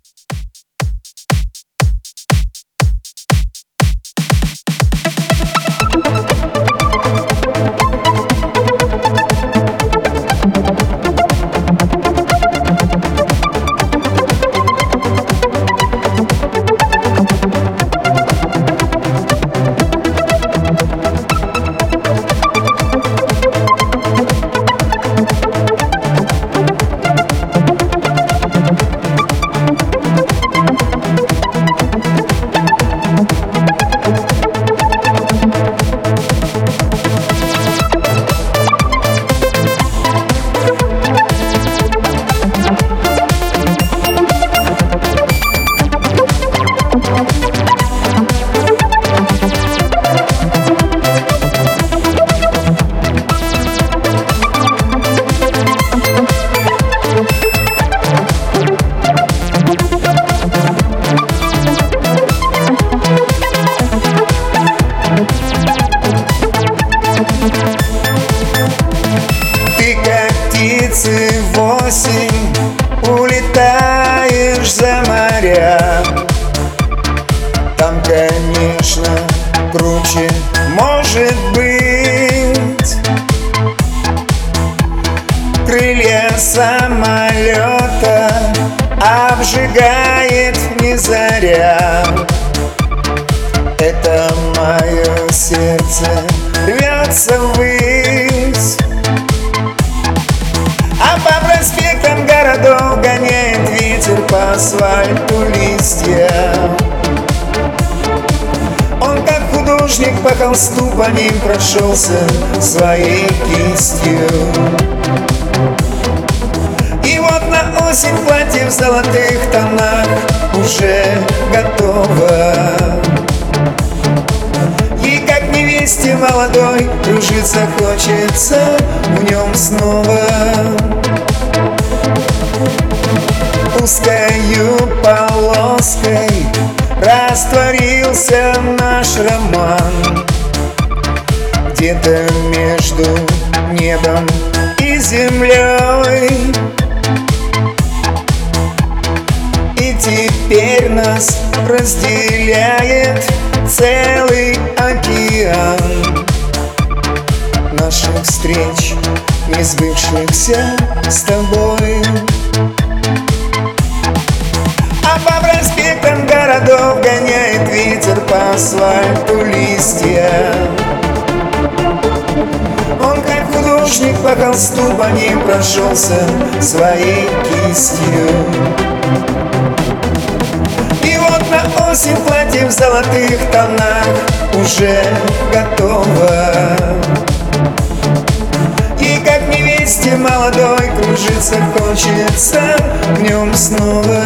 Птицы в осень улетаешь за моря. Там, конечно, круче может быть. Крылья самолета обжигает не заря. Это мое сердце рвется ввысь, а по проспектам городов гоняет ветер по асфальту листья. Он, как художник, по холсту по ним прошелся своей кистью. И вот на осень платье в золотых тонах уже готово. Ей, как невесте молодой, кружиться хочется в нем снова. Узкою полоской растворился наш роман. Где-то между небом и землей. И теперь нас разделяет целый океан наших встреч, не сбывшихся с тобой. А по проспектам городов гоняет ветер по асфальту листья. Он, как художник, по холсту по ним прошелся своей кистью. И вот на осень платье в золотых тонах уже готово. И как невесте молодой кружиться хочется в нем снова.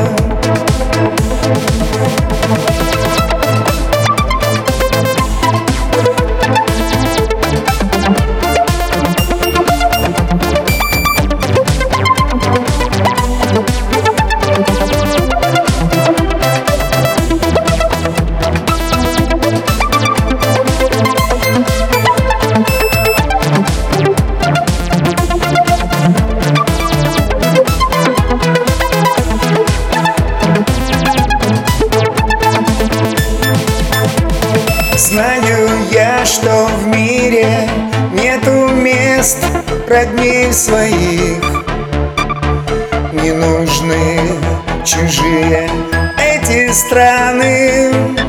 Знаю я, что в мире нету мест родней своих. Не нужны чужие эти страны.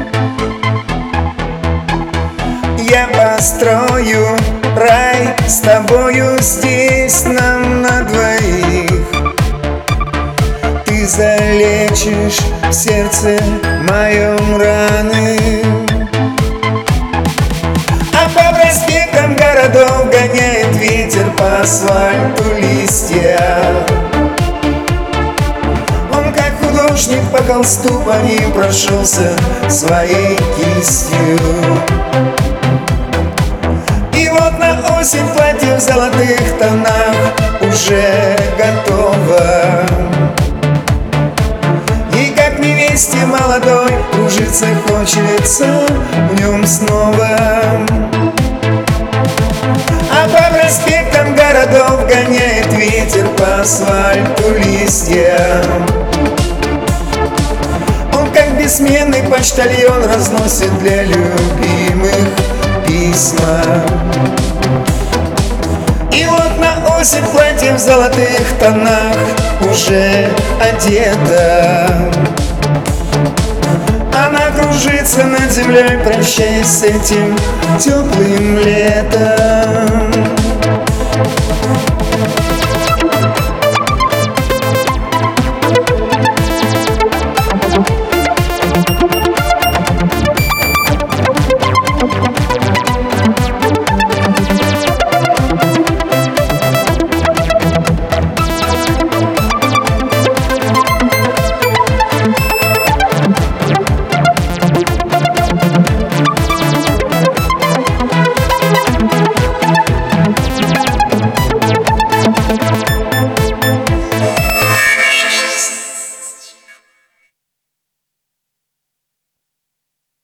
Я построю рай с тобою здесь нам на двоих. Ты залечишь в сердце моем раны. По проспектам городов гоняет ветер по асфальту листья. Он, как художник, по холсту по ним прошелся своей кистью. И вот на осень платье в золотых тонах уже готово. И как невесте молодой кружиться хочется в нем снова. А по проспектам городов гоняет ветер по асфальту листья. бессменный почтальон разносит для любимых письма. И вот на осень платье в золотых тонах уже одета. Она кружится над землей, прощаясь с этим теплым летом.